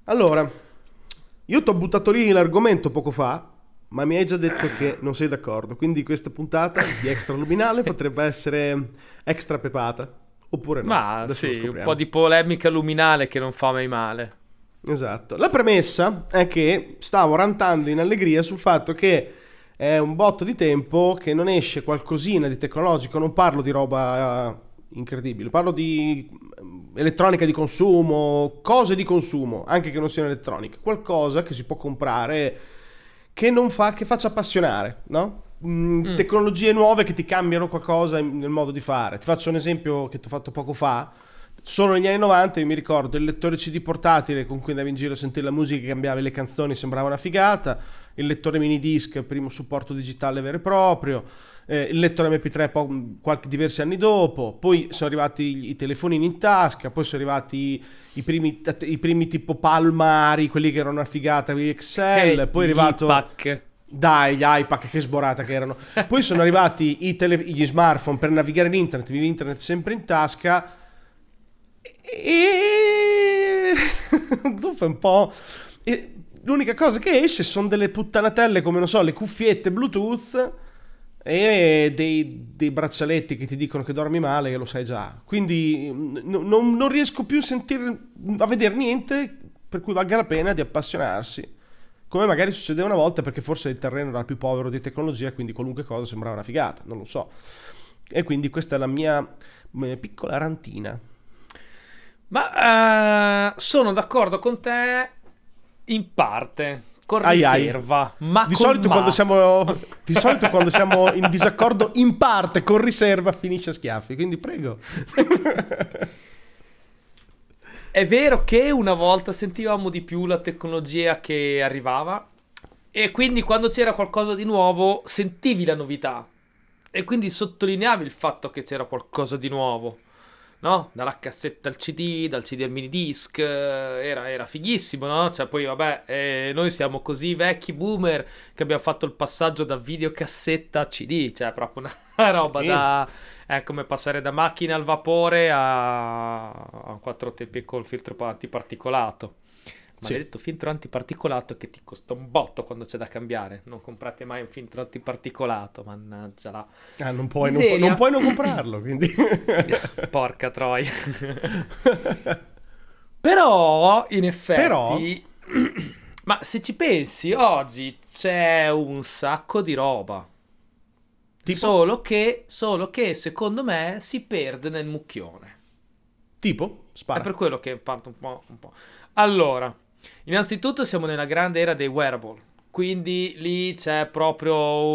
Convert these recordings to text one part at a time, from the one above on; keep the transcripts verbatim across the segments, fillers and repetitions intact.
Allora, io ti ho buttato lì l'argomento poco fa, ma mi hai già detto che non sei d'accordo, quindi questa puntata di Extra Luminale potrebbe essere extra pepata, oppure no. Ma Adesso lo sì, un scopriamo. po' di polemica luminale che non fa mai male. Esatto. La premessa è che stavo rantando in allegria sul fatto che è un botto di tempo che non esce qualcosina di tecnologico, non parlo di roba eh, incredibile, parlo di eh, elettronica di consumo, cose di consumo, anche che non siano elettroniche, qualcosa che si può comprare che non fa, che faccia appassionare, no? Mm, Mm. Tecnologie nuove che ti cambiano qualcosa in- nel modo di fare. Ti faccio un esempio che ti ho fatto poco fa. Solo negli anni novanta io mi ricordo il lettore C D portatile con cui andavi in giro a sentire la musica, cambiavi le canzoni, sembrava una figata. Il lettore mini disc, primo supporto digitale vero e proprio. Eh, il lettore M P tre po- qualche diversi anni dopo. Poi sono arrivati i telefonini in tasca. Poi sono arrivati i primi, i primi tipo Palmari, quelli che erano una figata di Excel. Eh, Poi è gli arrivato... iPac. Dai, gli iPad, che sborata che erano. Poi sono arrivati i tele- gli smartphone per navigare in internet, vivi internet sempre in tasca. E dopo un po'... e l'unica cosa che esce sono delle puttanatelle come, non so, le cuffiette Bluetooth e dei, dei braccialetti che ti dicono che dormi male, che lo sai già. Quindi n- non, non riesco più a sentire, a vedere niente per cui valga la pena di appassionarsi. Come magari succedeva una volta, perché forse il terreno era più povero di tecnologia, quindi qualunque cosa sembrava una figata, non lo so. E quindi questa è la mia eh, piccola rantina. Ma eh, sono d'accordo con te in parte, con Ai ai. riserva, ma Di con solito, ma. quando siamo, di solito quando siamo in disaccordo in parte con riserva finisce a schiaffi, quindi prego. È vero che una volta sentivamo di più la tecnologia che arrivava e quindi quando c'era qualcosa di nuovo sentivi la novità e quindi sottolineavi il fatto che c'era qualcosa di nuovo, no? Dalla cassetta al C D, dal C D al mini disc, eh, era, era fighissimo, no? Cioè poi vabbè, eh, noi siamo così vecchi boomer che abbiamo fatto il passaggio da videocassetta a C D, cioè proprio una roba Sì. da... È come passare da macchina al vapore a, a quattro tempi col filtro antiparticolato. Sì. Maledetto filtro antiparticolato che ti costa un botto quando c'è da cambiare. Non comprate mai un filtro antiparticolato, mannaggia la Ah, non puoi non, miseria. non puoi non comprarlo, quindi. Porca troia. Però, in Però, effetti, ma se ci pensi, oggi c'è un sacco di roba. tipo, Solo che, solo che secondo me si perde nel mucchione. tipo, È spara. per quello che parto un po', un po'. Allora, innanzitutto siamo nella grande era dei wearable. Quindi lì c'è proprio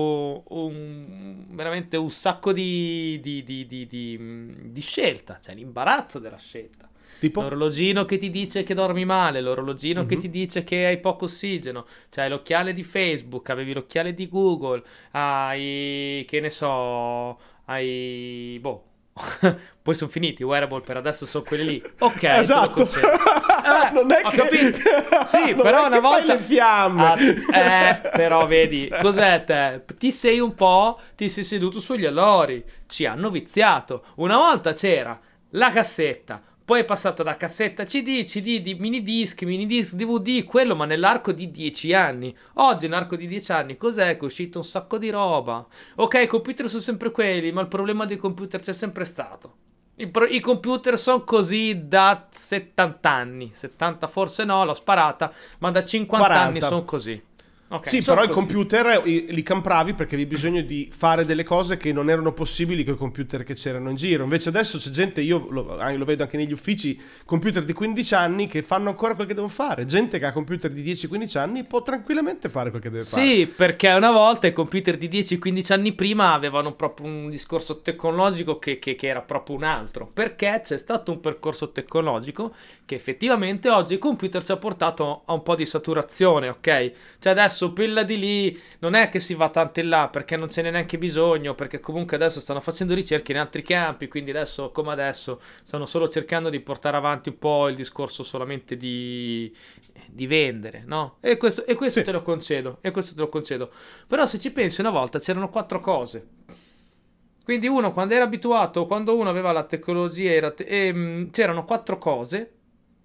un, veramente un sacco di, di, di, di, di, di scelta. C'è l'imbarazzo della scelta. Tipo, L'orologino che ti dice che dormi male, l'orologino Mhm. che ti dice che hai poco ossigeno, c'hai l'occhiale di Facebook, avevi l'occhiale di Google, hai, che ne so, hai, boh, poi sono finiti, i wearable per adesso sono quelli lì. Ok, te lo esatto. concedo. Eh, non è ho che capito. Sì, non però è una che fai volta le fiamme. Ah, eh, però vedi, Cioè. cos'è te? Ti sei un po', ti sei seduto sugli allori, ci hanno viziato. Una volta c'era la cassetta, poi è passato da cassetta C D, C D di mini disc, mini disc D V D, quello ma nell'arco di dieci anni. Oggi nell'arco di dieci anni cos'è? Che è uscito un sacco di roba. Ok, i computer sono sempre quelli, ma il problema dei computer c'è sempre stato. I, pro- i computer sono così da settanta anni, settanta forse no, l'ho sparata, ma da cinquanta anni quaranta. sono così. Ok, Sì, sono però i così. computer i- li compravi perché avevi bisogno di fare delle cose che non erano possibili con i computer che c'erano in giro. Invece adesso c'è gente, io lo, ah, lo vedo anche negli uffici, computer di quindici anni che fanno ancora quel che devono fare. Gente che ha computer di dieci quindici anni può tranquillamente fare quel che deve fare. Sì, perché una volta i computer di dieci quindici anni prima avevano proprio un discorso tecnologico che, che- che era proprio un altro. Perché c'è stato un percorso tecnologico che effettivamente oggi il computer ci ha portato a un po' di saturazione, ok? Cioè adesso quella di lì non è che si va tanto in là perché non ce n'è neanche bisogno, perché comunque adesso stanno facendo ricerche in altri campi, quindi adesso come adesso stanno solo cercando di portare avanti un po' il discorso solamente di, di vendere, no? E questo, e questo Sì. te lo concedo, e questo te lo concedo. Però se ci pensi una volta c'erano quattro cose. Quindi uno quando era abituato, quando uno aveva la tecnologia era te- ehm, c'erano quattro cose.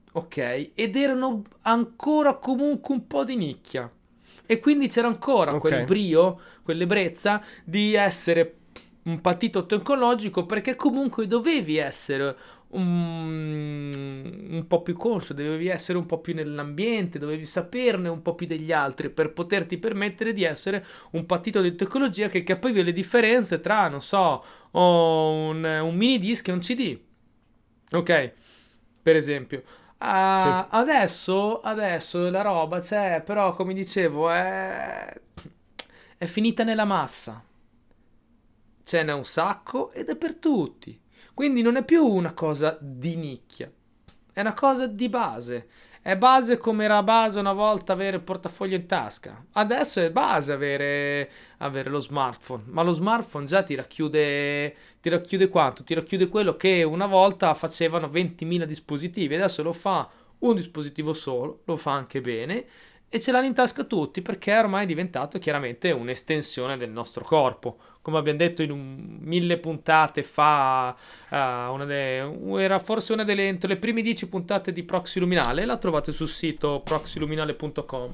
ok? Ed erano ancora comunque un po' di nicchia. E quindi c'era ancora Ok. quel brio, quell'ebbrezza di essere un partito tecnologico, perché comunque dovevi essere un, un po' più conscio, dovevi essere un po' più nell'ambiente, dovevi saperne un po' più degli altri per poterti permettere di essere un partito di tecnologia che capiva le differenze tra, non so, un, un mini disc e un C D. Ok, per esempio. Sì. Ah, adesso, adesso la roba c'è, però come dicevo, è, è finita nella massa. Ce n'è un sacco ed è per tutti. Quindi non è più una cosa di nicchia, è una cosa di base. È base come era base una volta avere il portafoglio in tasca. Adesso è base avere, avere lo smartphone. Ma lo smartphone già ti racchiude, ti racchiude quanto? Ti racchiude quello che una volta facevano ventimila dispositivi. Adesso lo fa un dispositivo solo, lo fa anche bene e ce l'hanno in tasca tutti perché ormai è diventato chiaramente un'estensione del nostro corpo. Come abbiamo detto in un, mille puntate fa, uh, una de- era forse una delle entro le prime dieci puntate di Proxy Luminale, la trovate sul sito proxy luminale punto com,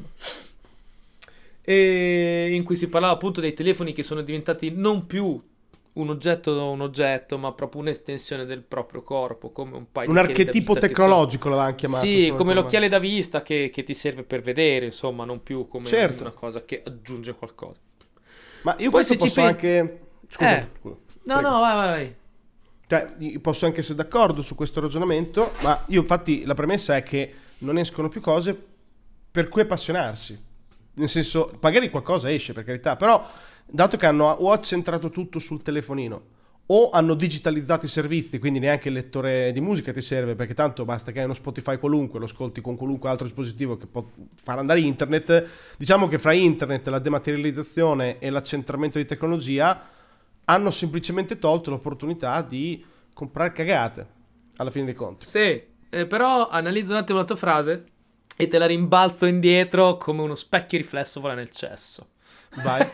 e in cui si parlava appunto dei telefoni che sono diventati non più un oggetto un oggetto, ma proprio un'estensione del proprio corpo, come un paio Un di occhiali da archetipo vista che tecnologico l'avevano sono- chiamato. Sì, se non come ricordo l'occhiale da vista che, che ti serve per vedere, insomma, non più come Certo. una cosa che aggiunge qualcosa. male. Ma io Poi questo se ci posso pe- anche... Scusa, Eh, scusa. no, Prego. no, vai, vai, vai. Cioè, io posso anche essere d'accordo su questo ragionamento, ma io infatti la premessa è che non escono più cose per cui appassionarsi. Nel senso, magari qualcosa esce, per carità, però dato che hanno o accentrato tutto sul telefonino o hanno digitalizzato i servizi, quindi neanche il lettore di musica ti serve, perché tanto basta che hai uno Spotify qualunque, lo ascolti con qualunque altro dispositivo che può far andare internet. Diciamo che fra internet, la dematerializzazione e l'accentramento di tecnologia hanno semplicemente tolto l'opportunità di comprare cagate, alla fine dei conti. Sì, eh, però analizza un attimo la tua frase e te la rimbalzo indietro come uno specchio riflesso vola nel cesso. Vai.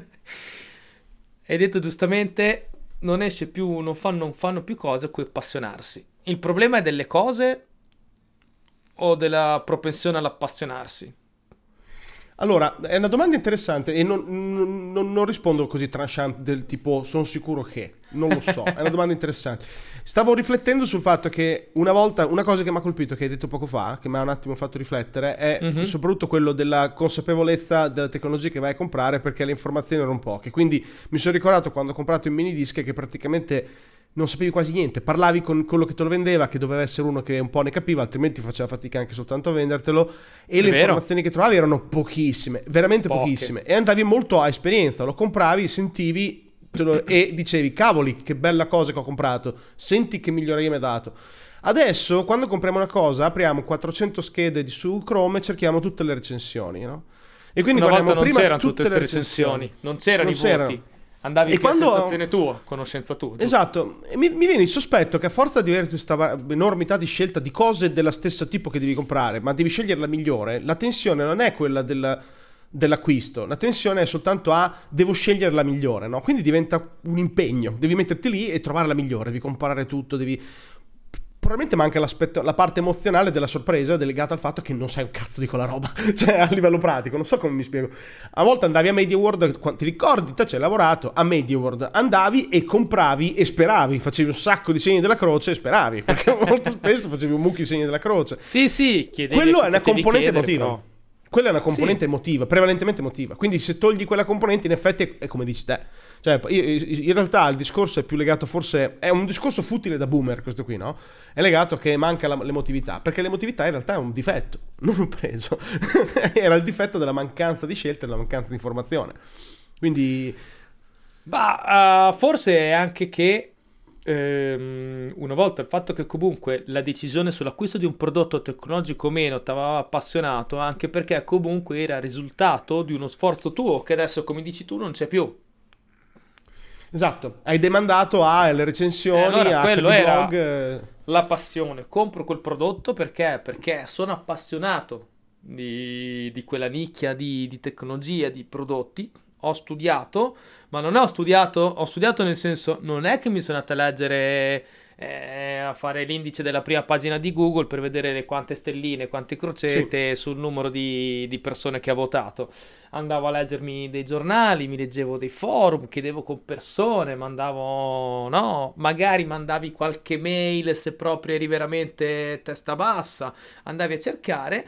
Hai detto giustamente, non esce più, non fanno, non fanno più cose a cui appassionarsi. Il problema è delle cose o della propensione all'appassionarsi? Allora, è una domanda interessante e non, non- non- non rispondo così tranchant del tipo sono sicuro che, non lo so, è una domanda interessante. Stavo riflettendo sul fatto che una volta, una cosa che mi ha colpito, che hai detto poco fa, che mi ha un attimo fatto riflettere, è Mhm. soprattutto quello della consapevolezza della tecnologia che vai a comprare, perché le informazioni erano poche. Quindi mi sono ricordato quando ho comprato il mini disc che praticamente non sapevi quasi niente, parlavi con quello che te lo vendeva, che doveva essere uno che un po' ne capiva, altrimenti faceva fatica anche soltanto a vendertelo, e È le vero. informazioni che trovavi erano pochissime, veramente Poche. pochissime, e andavi molto a esperienza, lo compravi, sentivi te lo- e dicevi cavoli che bella cosa che ho comprato, senti che miglioria mi ha dato. Adesso quando compriamo una cosa apriamo quattrocento schede di su Chrome e cerchiamo tutte le recensioni, no? E quindi Una volta guardiamo non prima c'erano tutte tutte le queste recensioni, non c'erano Non i voti. c'erano. Andavi E più quando- a sensazione tua, conoscenza tua. giusto? Esatto, e mi, mi viene il sospetto che a forza di avere questa va- enormità di scelta di cose dello stesso tipo che devi comprare, ma devi scegliere la migliore, la tensione non è quella della- dell'acquisto, la tensione è soltanto a devo scegliere la migliore, no? Quindi diventa un impegno, devi metterti lì e trovare la migliore, devi comparare tutto, devi... Probabilmente manca l'aspetto, la parte emozionale della sorpresa legata al fatto che non sai un cazzo di quella roba, cioè a livello pratico, non so come mi spiego. A volte andavi a Media World, qua- ti ricordi, te ci hai lavorato, a Media World andavi e compravi e speravi, facevi un sacco di segni della croce e speravi, perché molto spesso facevi un mucchio di segni della croce. Sì, sì, chiedevi Quello che è una potevi componente chiedere, emotiva. però. Quella è una componente Sì. emotiva, prevalentemente emotiva. Quindi se togli quella componente, in effetti è come dici te. Cioè, io- in realtà il discorso è più legato, forse è un discorso futile da boomer questo qui, no? È legato che manca la- l'emotività, perché l'emotività in realtà è un difetto. Non l'ho preso. Era il difetto della mancanza di scelta e della mancanza di informazione. Quindi Ma uh, forse è anche che ehm, una volta il fatto che comunque la decisione sull'acquisto di un prodotto tecnologico o meno ti aveva appassionato, anche perché comunque era risultato di uno sforzo tuo che adesso, come dici tu, non c'è più. esatto, hai demandato alle recensioni, Eh, allora, a quello che era- blog. eh, La passione, compro quel prodotto perché? Perché sono appassionato di, di quella nicchia di, di tecnologia, di prodotti. Ho studiato, ma non ho studiato, ho studiato nel senso, non è che mi sono andato a leggere eh, a fare l'indice della prima pagina di Google per vedere le quante stelline, quante crocette Sì. sul numero di, di persone che ha votato. Andavo a leggermi dei giornali, mi leggevo dei forum, chiedevo con persone, mandavo, no, magari mandavi qualche mail se proprio eri veramente testa bassa, andavi a cercare.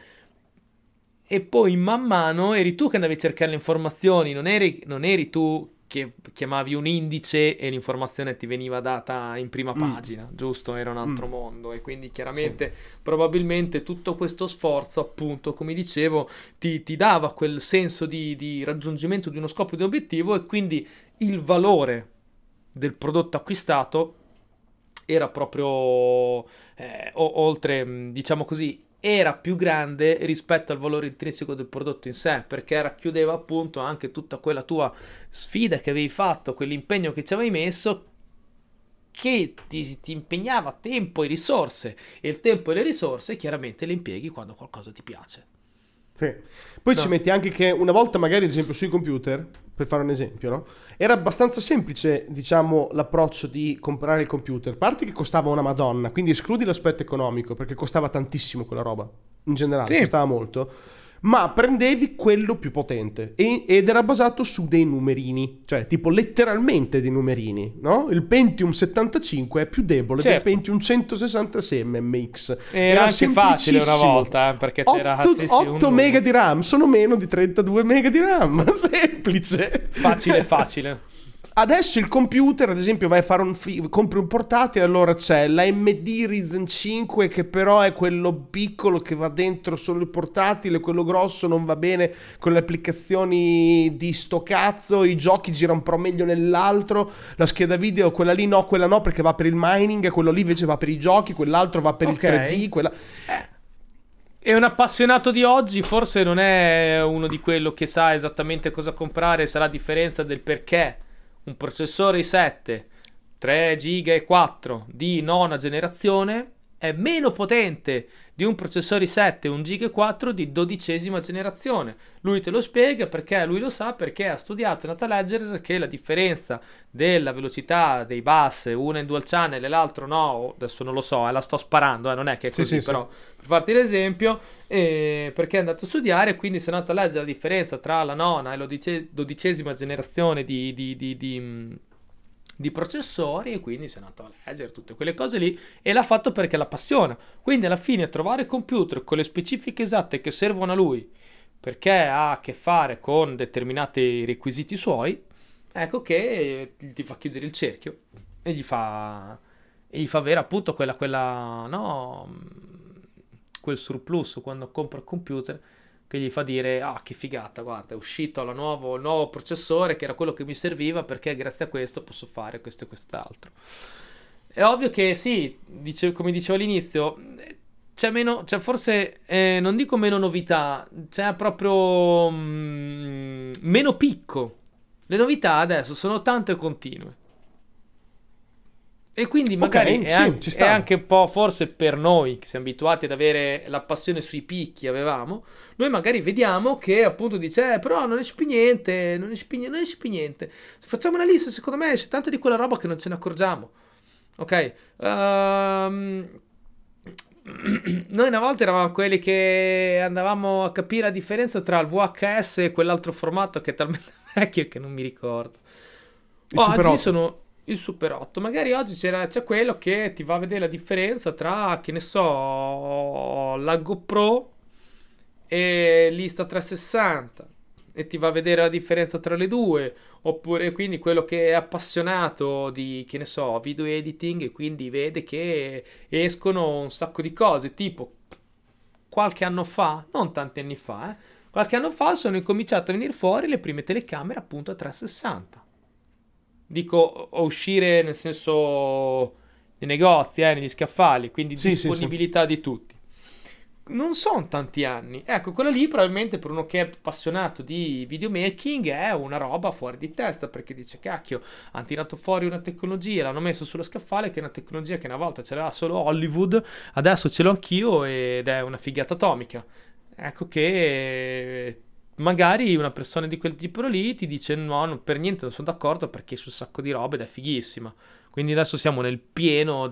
E poi man mano eri tu che andavi a cercare le informazioni, non eri, non eri tu che chiamavi un indice e l'informazione ti veniva data in prima Mm. pagina, giusto? Era un altro Mm. mondo e quindi chiaramente probabilmente tutto questo sforzo, appunto, come dicevo, ti, ti dava quel senso di, di raggiungimento di uno scopo, di un obiettivo e quindi il valore del prodotto acquistato era proprio eh, o- oltre, mh, diciamo così, era più grande rispetto al valore intrinseco del prodotto in sé, perché racchiudeva appunto anche tutta quella tua sfida che avevi fatto, quell'impegno che ci avevi messo, che ti, ti impegnava tempo e risorse, e il tempo e le risorse chiaramente le impieghi quando qualcosa ti piace. Sì. Poi No. ci metti anche che una volta magari ad esempio sui computer, per fare un esempio, no? Era abbastanza semplice, diciamo, l'approccio di comprare il computer. A parte che costava una Madonna, quindi escludi l'aspetto economico, perché costava tantissimo quella roba, in generale, Sì. costava molto. Ma prendevi quello più potente e- ed era basato su dei numerini, cioè tipo letteralmente dei numerini, no? Il Pentium settantacinque è più debole del Certo. Pentium centosessantasei M M X. Era anche facile una semplicissimo. volta, eh, perché c'era otto, sì, sì, un otto mega di RAM sono meno di trentadue mega di RAM. Semplice. facile facile. Adesso il computer, ad esempio, vai a fare un fi- compri un portatile, allora c'è l'A M D Ryzen cinque che però è quello piccolo che va dentro solo il portatile, quello grosso non va bene con le applicazioni di sto cazzo, i giochi girano un po' meglio nell'altro, la scheda video quella lì no, quella no perché va per il mining, quello lì invece va per i giochi, quell'altro va per Ok. il tre D, quella... E un appassionato di oggi forse non è uno di quello che sa esattamente cosa comprare, sarà la differenza del perché un processore i sette, tre giga e quattro di nona generazione è meno potente di un processore i sette, un giga e quattro di dodicesima generazione. Lui te lo spiega perché lui lo sa, perché ha studiato in data ledgers che la differenza della velocità dei bus, una in dual channel e l'altro no, adesso non lo so, eh, la sto sparando, eh, non è che è Sì, così, sì, però per farti l'esempio, eh, perché è andato a studiare, quindi si è andato a leggere la differenza tra la nona e la dodice- dodicesima generazione di, di, di, di, mh, di processori, e quindi si è andato a leggere tutte quelle cose lì e l'ha fatto perché la appassiona. Quindi alla fine trovare computer con le specifiche esatte che servono a lui perché ha a che fare con determinati requisiti suoi, ecco che ti fa chiudere il cerchio e gli fa, e gli fa avere appunto quella, quella, no, quel surplus quando compra il computer che gli fa dire: ah, che figata, guarda, è uscito la nuovo, il nuovo processore che era quello che mi serviva, perché grazie a questo posso fare questo e quest'altro. È ovvio che sì, dice, come dicevo all'inizio, c'è meno, c'è forse, eh, non dico meno novità, c'è proprio mm, meno picco. Le novità adesso sono tante e continue. E quindi magari Ok, è, sì, an- ci è sta. anche un po' forse per noi che siamo abituati ad avere la passione sui picchi, avevamo, noi magari vediamo che appunto dice, eh, però non esce più niente, non esce più, niente, non esce più niente. Se facciamo una lista, secondo me esce tanta di quella roba che non ce ne accorgiamo. Ok? Ehm, noi una volta eravamo quelli che andavamo a capire la differenza tra il V H S e quell'altro formato che è talmente vecchio che non mi ricordo. Il Super Oggi otto. sono il Super otto. Magari oggi c'era, c'è quello che ti va a vedere la differenza tra, che ne so, la GoPro e l'Insta trecentosessanta e ti va a vedere la differenza tra le due. Oppure quindi quello che è appassionato di, che ne so, video editing e quindi vede che escono un sacco di cose, tipo qualche anno fa, non tanti anni fa, eh, qualche anno fa sono incominciate a venire fuori le prime telecamere appunto a trecentosessanta. Dico o uscire nel senso nei negozi, eh, negli scaffali, quindi Sì, sì, sì. disponibilità di tutti. Non sono tanti anni. Ecco, quella lì probabilmente per uno che è appassionato di videomaking è una roba fuori di testa, perché dice, cacchio, hanno tirato fuori una tecnologia, l'hanno messo sullo scaffale, che è una tecnologia che una volta ce l'aveva solo Hollywood, adesso ce l'ho anch'io ed è una figata atomica. Ecco che magari una persona di quel tipo lì ti dice no, non- per niente non sono d'accordo perché su un sacco di robe ed è fighissima. Quindi adesso siamo nel pieno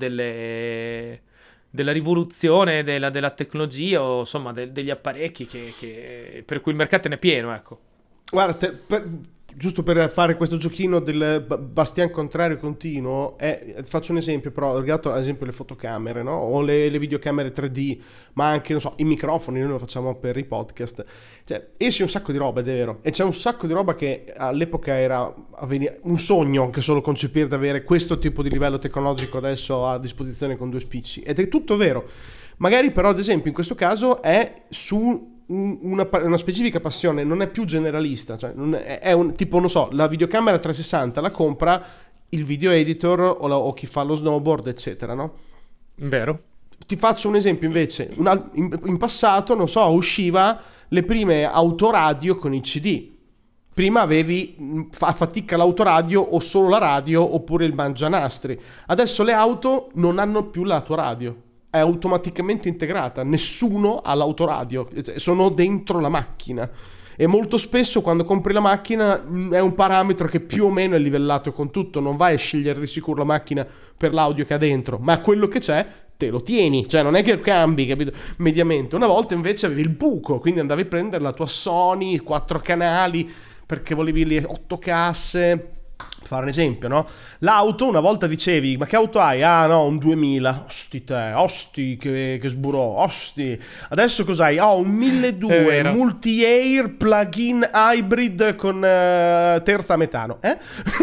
delle, della rivoluzione della, della tecnologia, o insomma de, degli apparecchi che, che, per cui il mercato ne è pieno, ecco. Guarda, te, per, giusto per fare questo giochino del bastian contrario continuo, è, faccio un esempio, però legato ad esempio alle fotocamere, no? O le, le videocamere tre D, ma anche, non so, i microfoni, noi lo facciamo per i podcast. Cioè, esce un sacco di roba, ed è vero, e c'è un sacco di roba che all'epoca era un sogno anche solo concepire di avere questo tipo di livello tecnologico adesso a disposizione con due spicci, ed è tutto vero. Magari però, ad esempio, in questo caso è su Una, una specifica passione, non è più generalista, cioè non è, è un tipo, non so, la videocamera trecentosessanta la compra il video editor o, la, o chi fa lo snowboard, eccetera, no? Vero. Ti faccio un esempio invece, una, in, in passato, non so, usciva le prime autoradio con i C D. Prima avevi a fatica l'autoradio o solo la radio oppure il mangianastri. Adesso le auto non hanno più l'autoradio, è automaticamente integrata, nessuno ha l'autoradio, sono dentro la macchina, e molto spesso quando compri la macchina è un parametro che più o meno è livellato con tutto, non vai a scegliere di sicuro la macchina per l'audio che ha dentro, ma quello che c'è te lo tieni, cioè non è che cambi, capito? Mediamente. Una volta invece avevi il buco, quindi andavi a prendere la tua Sony, quattro canali, perché volevi le otto casse. Fare un esempio, no? L'auto, una volta dicevi, ma che auto hai? Ah no, un duemila. Osti te, osti che, che sburò, osti. Adesso cos'hai? Ho oh, un milleduecento multi-air plug-in hybrid con uh, terza metano. Eh?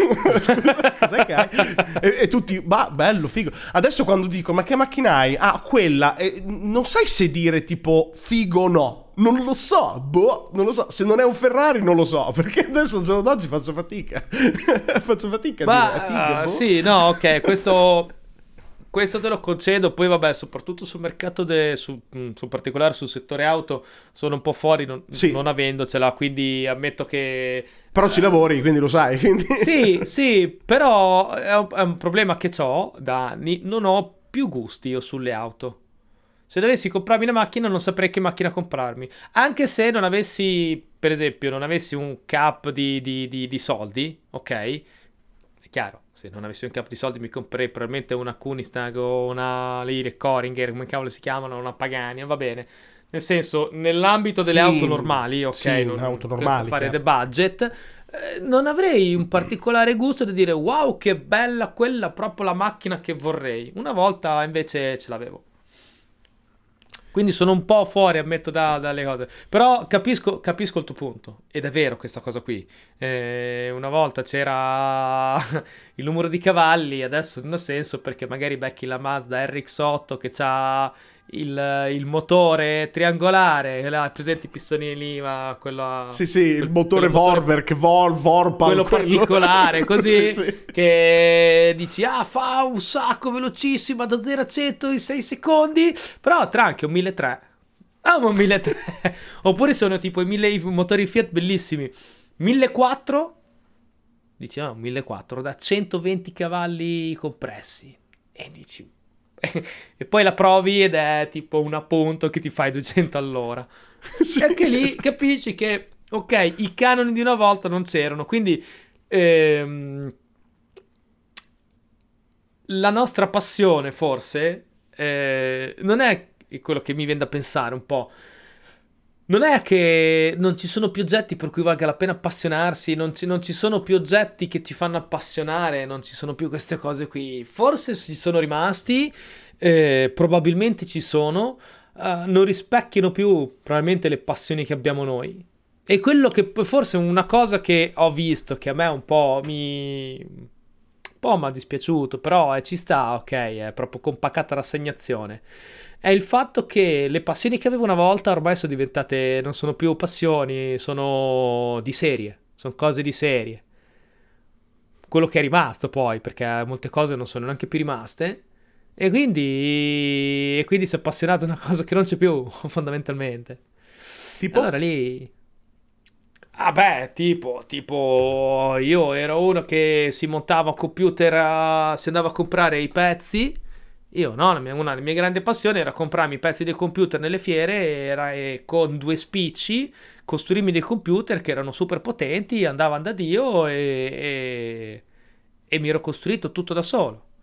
Scusa, cos'è che hai? E, e tutti, bah, bello, figo. Adesso quando dico, ma che macchina hai? Ah, quella. E non sai se dire tipo figo o no. Non lo so, boh, non lo so. Se non è un Ferrari non lo so, perché adesso al giorno d'oggi faccio fatica. faccio fatica a Ma, dire, è figo, boh. Sì, no, ok, questo questo te lo concedo. Poi vabbè, soprattutto sul mercato de, su, su particolare sul settore auto sono un po' fuori non, sì. non avendocela, quindi ammetto che però ci lavori, quindi lo sai, quindi... Sì, sì, però è un, è un problema che ho da anni, non ho più gusti io sulle auto. Se dovessi comprarmi una macchina non saprei che macchina comprarmi. Anche se non avessi, per esempio, non avessi un cap di, di, di, di soldi, ok? È chiaro, se non avessi un cap di soldi mi comprerei probabilmente una Koenigsegg o una Lire Coringer, come cavolo si chiamano, una Pagani, va bene. Nel senso, nell'ambito delle sì, auto normali, ok? Sì, non, auto normali, per fare chiaro. the budget, eh, non avrei un particolare gusto di dire wow, che bella quella, proprio la macchina che vorrei. Una volta invece ce l'avevo. Quindi sono un po' fuori, ammetto, da, dalle cose. Però capisco, capisco il tuo punto. Ed è vero questa cosa qui. Eh, una volta c'era il numero di cavalli, adesso non ha senso perché magari becchi la Mazda R X otto che ha il, il motore triangolare, là, presenti i pistoni lì, ma quello... Sì, sì, quel, il motore Volver, che vol, Vorpal, quello particolare, così, sì. Che dici, ah, fa un sacco velocissima da zero a cento in sei secondi, però tra anche un milletrecento. Ah, ma un milletrecento. Oppure sono tipo i, mille, i motori Fiat bellissimi, millequattrocento, dici, ah, millequattrocento da centoventi cavalli compressi, e dici... e poi la provi ed è tipo un appunto che ti fai duecento all'ora. Sì, perché lì esatto. Capisci che ok, i canoni di una volta non c'erano, quindi ehm, la nostra passione forse eh, non è quello che mi viene da pensare un po'. Non è che non ci sono più oggetti per cui valga la pena appassionarsi, non ci, non ci sono più oggetti che ti fanno appassionare, non ci sono più queste cose qui. Forse ci sono rimasti, eh, probabilmente ci sono, eh, non rispecchiano più probabilmente le passioni che abbiamo noi. E quello che forse è una cosa che ho visto, che a me un po' mi... un po' mi ha dispiaciuto, però eh, ci sta, ok, è proprio compacata rassegnazione. È il fatto che le passioni che avevo una volta ormai sono diventate, non sono più passioni, sono di serie, sono cose di serie. Quello che è rimasto poi, perché molte cose non sono neanche più rimaste, e quindi, e quindi si è appassionato a una cosa che non c'è più, fondamentalmente. Tipo? Allora lì... Ah beh, tipo, tipo, io ero uno che si montava un computer, a, si andava a comprare i pezzi. Io no, la mia, una delle mie grandi passioni era comprarmi i pezzi del computer nelle fiere era, e con due spicci costruirmi dei computer che erano super potenti, andavano da Dio e, e, e mi ero costruito tutto da solo.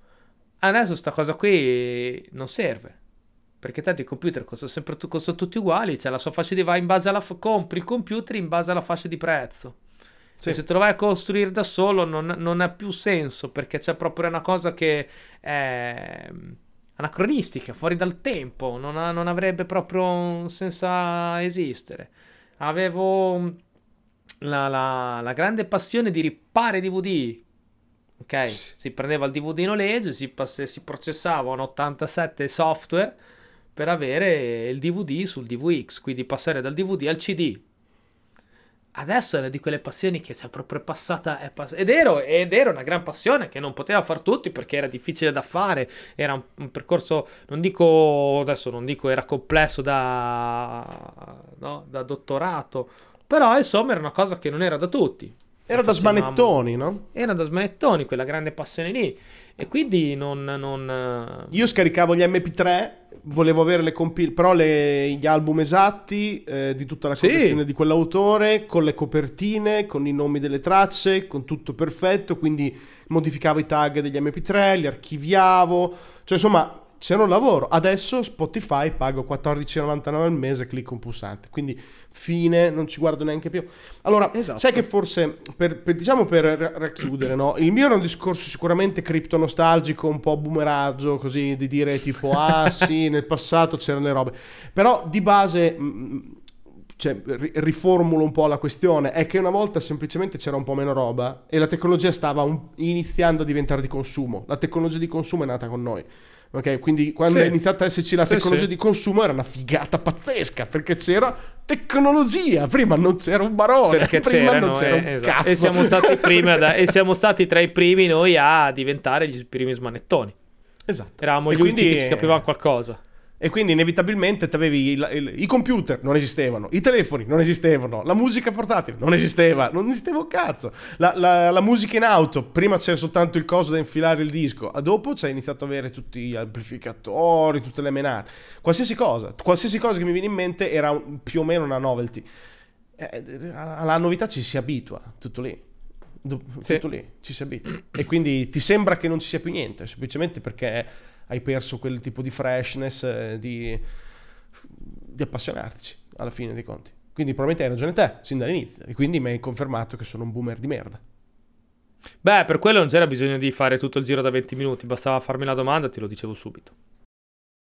Adesso sta cosa qui non serve, perché tanto i computer costano sempre tu- costano tutti uguali, c'è la sua fascia di va in base alla f- compri il computer in base alla fascia di prezzo. Sì. E se te lo vai a costruire da solo non, non ha più senso, perché c'è proprio una cosa che è anacronistica, fuori dal tempo, non, ha- non avrebbe proprio un senso a esistere. Avevo la, la- la grande passione di rippare D V D. Ok, si prendeva il D V D noleggio, si, pass- si processava un ottantasette software per avere il D V D sul D V X, quindi passare dal D V D al C D. Adesso è una di quelle passioni che si è proprio passata, è pass- ed, ero, ed era una gran passione che non poteva far tutti perché era difficile da fare, era un, un percorso, non dico, adesso non dico era complesso da, no, da dottorato, però insomma era una cosa che non era da tutti. Era da Facevamo- smanettoni, no? Era da smanettoni, quella grande passione lì, e quindi non... non Io scaricavo gli M P tre, volevo avere le compil- però le- gli album esatti eh, di tutta la Sì. collezione di quell'autore, con le copertine, con i nomi delle tracce, con tutto perfetto, quindi modificavo i tag degli M P tre, li archiviavo, cioè insomma c'era un lavoro. Adesso Spotify pago quattordici e novantanove al mese, clicco un pulsante, quindi fine, non ci guardo neanche più. Allora, Esatto. sai che forse, per, per- diciamo per ra- racchiudere, no? Il mio era un discorso sicuramente criptonostalgico, un po' boomeraggio, così, di dire tipo, ah sì, nel passato c'erano le robe. Però di base, mh, cioè, ri- riformulo un po' la questione, è che una volta semplicemente c'era un po' meno roba e la tecnologia stava un- iniziando a diventare di consumo. La tecnologia di consumo è nata con noi. Ok, quindi quando Sì. è iniziata a esserci la Sì, tecnologia sì. di consumo era una figata pazzesca, perché c'era tecnologia, prima non c'era un barone, perché prima c'erano non c'era eh, un esatto. cazzo. E siamo stati prima da- e siamo stati tra i primi noi a diventare gli primi smanettoni. Esatto. Eravamo E gli unici quindi- che ci capivano qualcosa. E quindi inevitabilmente t'avevi il- il- i computer non esistevano, i telefoni non esistevano, la musica portatile non esisteva, non esisteva un cazzo. La, la- la musica in auto, prima c'era soltanto il coso da infilare il disco, a dopo c'è iniziato ad avere tutti gli amplificatori, tutte le menate, qualsiasi cosa, qualsiasi cosa che mi viene in mente era un- più o meno una novelty. Eh, alla novità ci si abitua, tutto lì. Do- Sì. Tutto lì, ci si abitua. E quindi ti sembra che non ci sia più niente, semplicemente perché hai perso quel tipo di freshness, eh, di, di appassionartici alla fine dei conti. Quindi probabilmente hai ragione te, sin dall'inizio, e quindi mi hai confermato che sono un boomer di merda. Beh, per quello non c'era bisogno di fare tutto il giro da venti minuti, bastava farmi la domanda e te lo dicevo subito.